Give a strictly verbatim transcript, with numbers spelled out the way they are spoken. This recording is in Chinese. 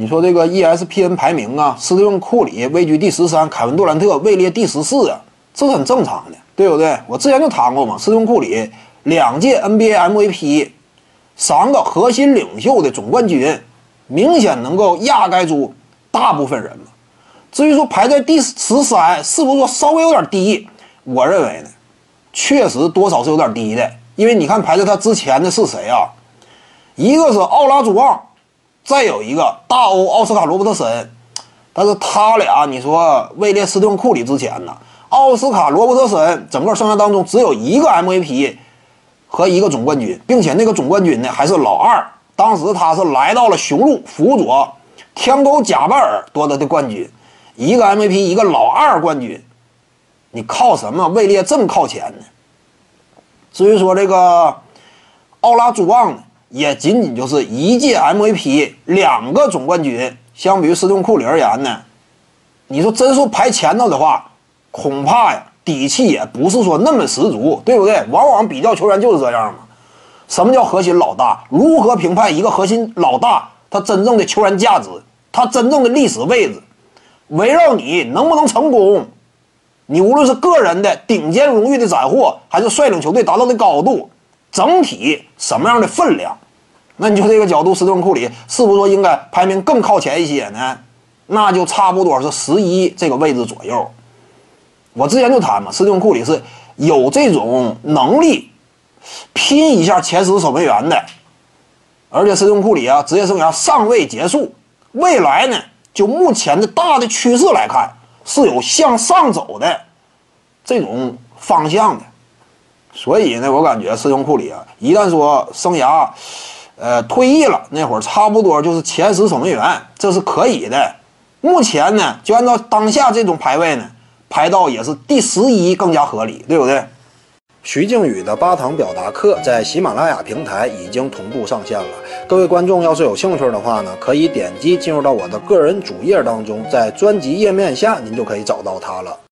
你说这个 E S P N 排名啊，斯蒂芬·库里位居第十三，凯文·杜兰特位列第十四啊，这是很正常的，对不对？我之前就谈过嘛，斯蒂芬·库里两届 N B A M V P， 三个核心领袖的总冠军，明显能够压盖住大部分人嘛。至于说排在第十三，是不是说稍微有点低？我认为呢，确实多少是有点低的，因为你看排在他之前的是谁啊？一个是奥拉朱旺。再有一个大欧奥斯卡罗伯特森，但是他俩你说位列斯蒂芬库里之前呢，奥斯卡罗伯特森整个生涯当中只有一个 M V P 和一个总冠军，并且那个总冠军呢还是老二，当时他是来到了雄鹿辅佐天狗贾巴尔夺得的冠军，一个 M V P 一个老二冠军，你靠什么位列这么靠前呢？至于说这个奥拉朱旺呢，也仅仅就是一届 M V P， 两个总冠军，相比于斯蒂芬库里而言呢，你说真说排前头的话，恐怕呀底气也不是说那么十足，对不对？往往比较球员就是这样嘛。什么叫核心老大？如何评判一个核心老大他真正的球员价值，他真正的历史位置？围绕你能不能成功，你无论是个人的顶尖荣誉的斩获，还是率领球队达到的高度，整体什么样的分量？那你就这个角度，斯蒂芬库里是不是说应该排名更靠前一些呢？那就差不多是十一这个位置左右。我之前就谈嘛，斯蒂芬库里是有这种能力拼一下前十守门员的，而且斯蒂芬库里啊，职业生涯尚未结束，未来呢，就目前的大的趋势来看，是有向上走的这种方向的。所以呢，我感觉斯蒂芬库里啊，一旦说生涯呃退役了，那会儿差不多就是前十守门员，这是可以的。目前呢，就按照当下这种排位呢，排到也是第十一更加合理，对不对？徐静宇的八堂表达课在喜马拉雅平台已经同步上线了，各位观众要是有兴趣的话呢，可以点击进入到我的个人主页当中，在专辑页面下您就可以找到它了。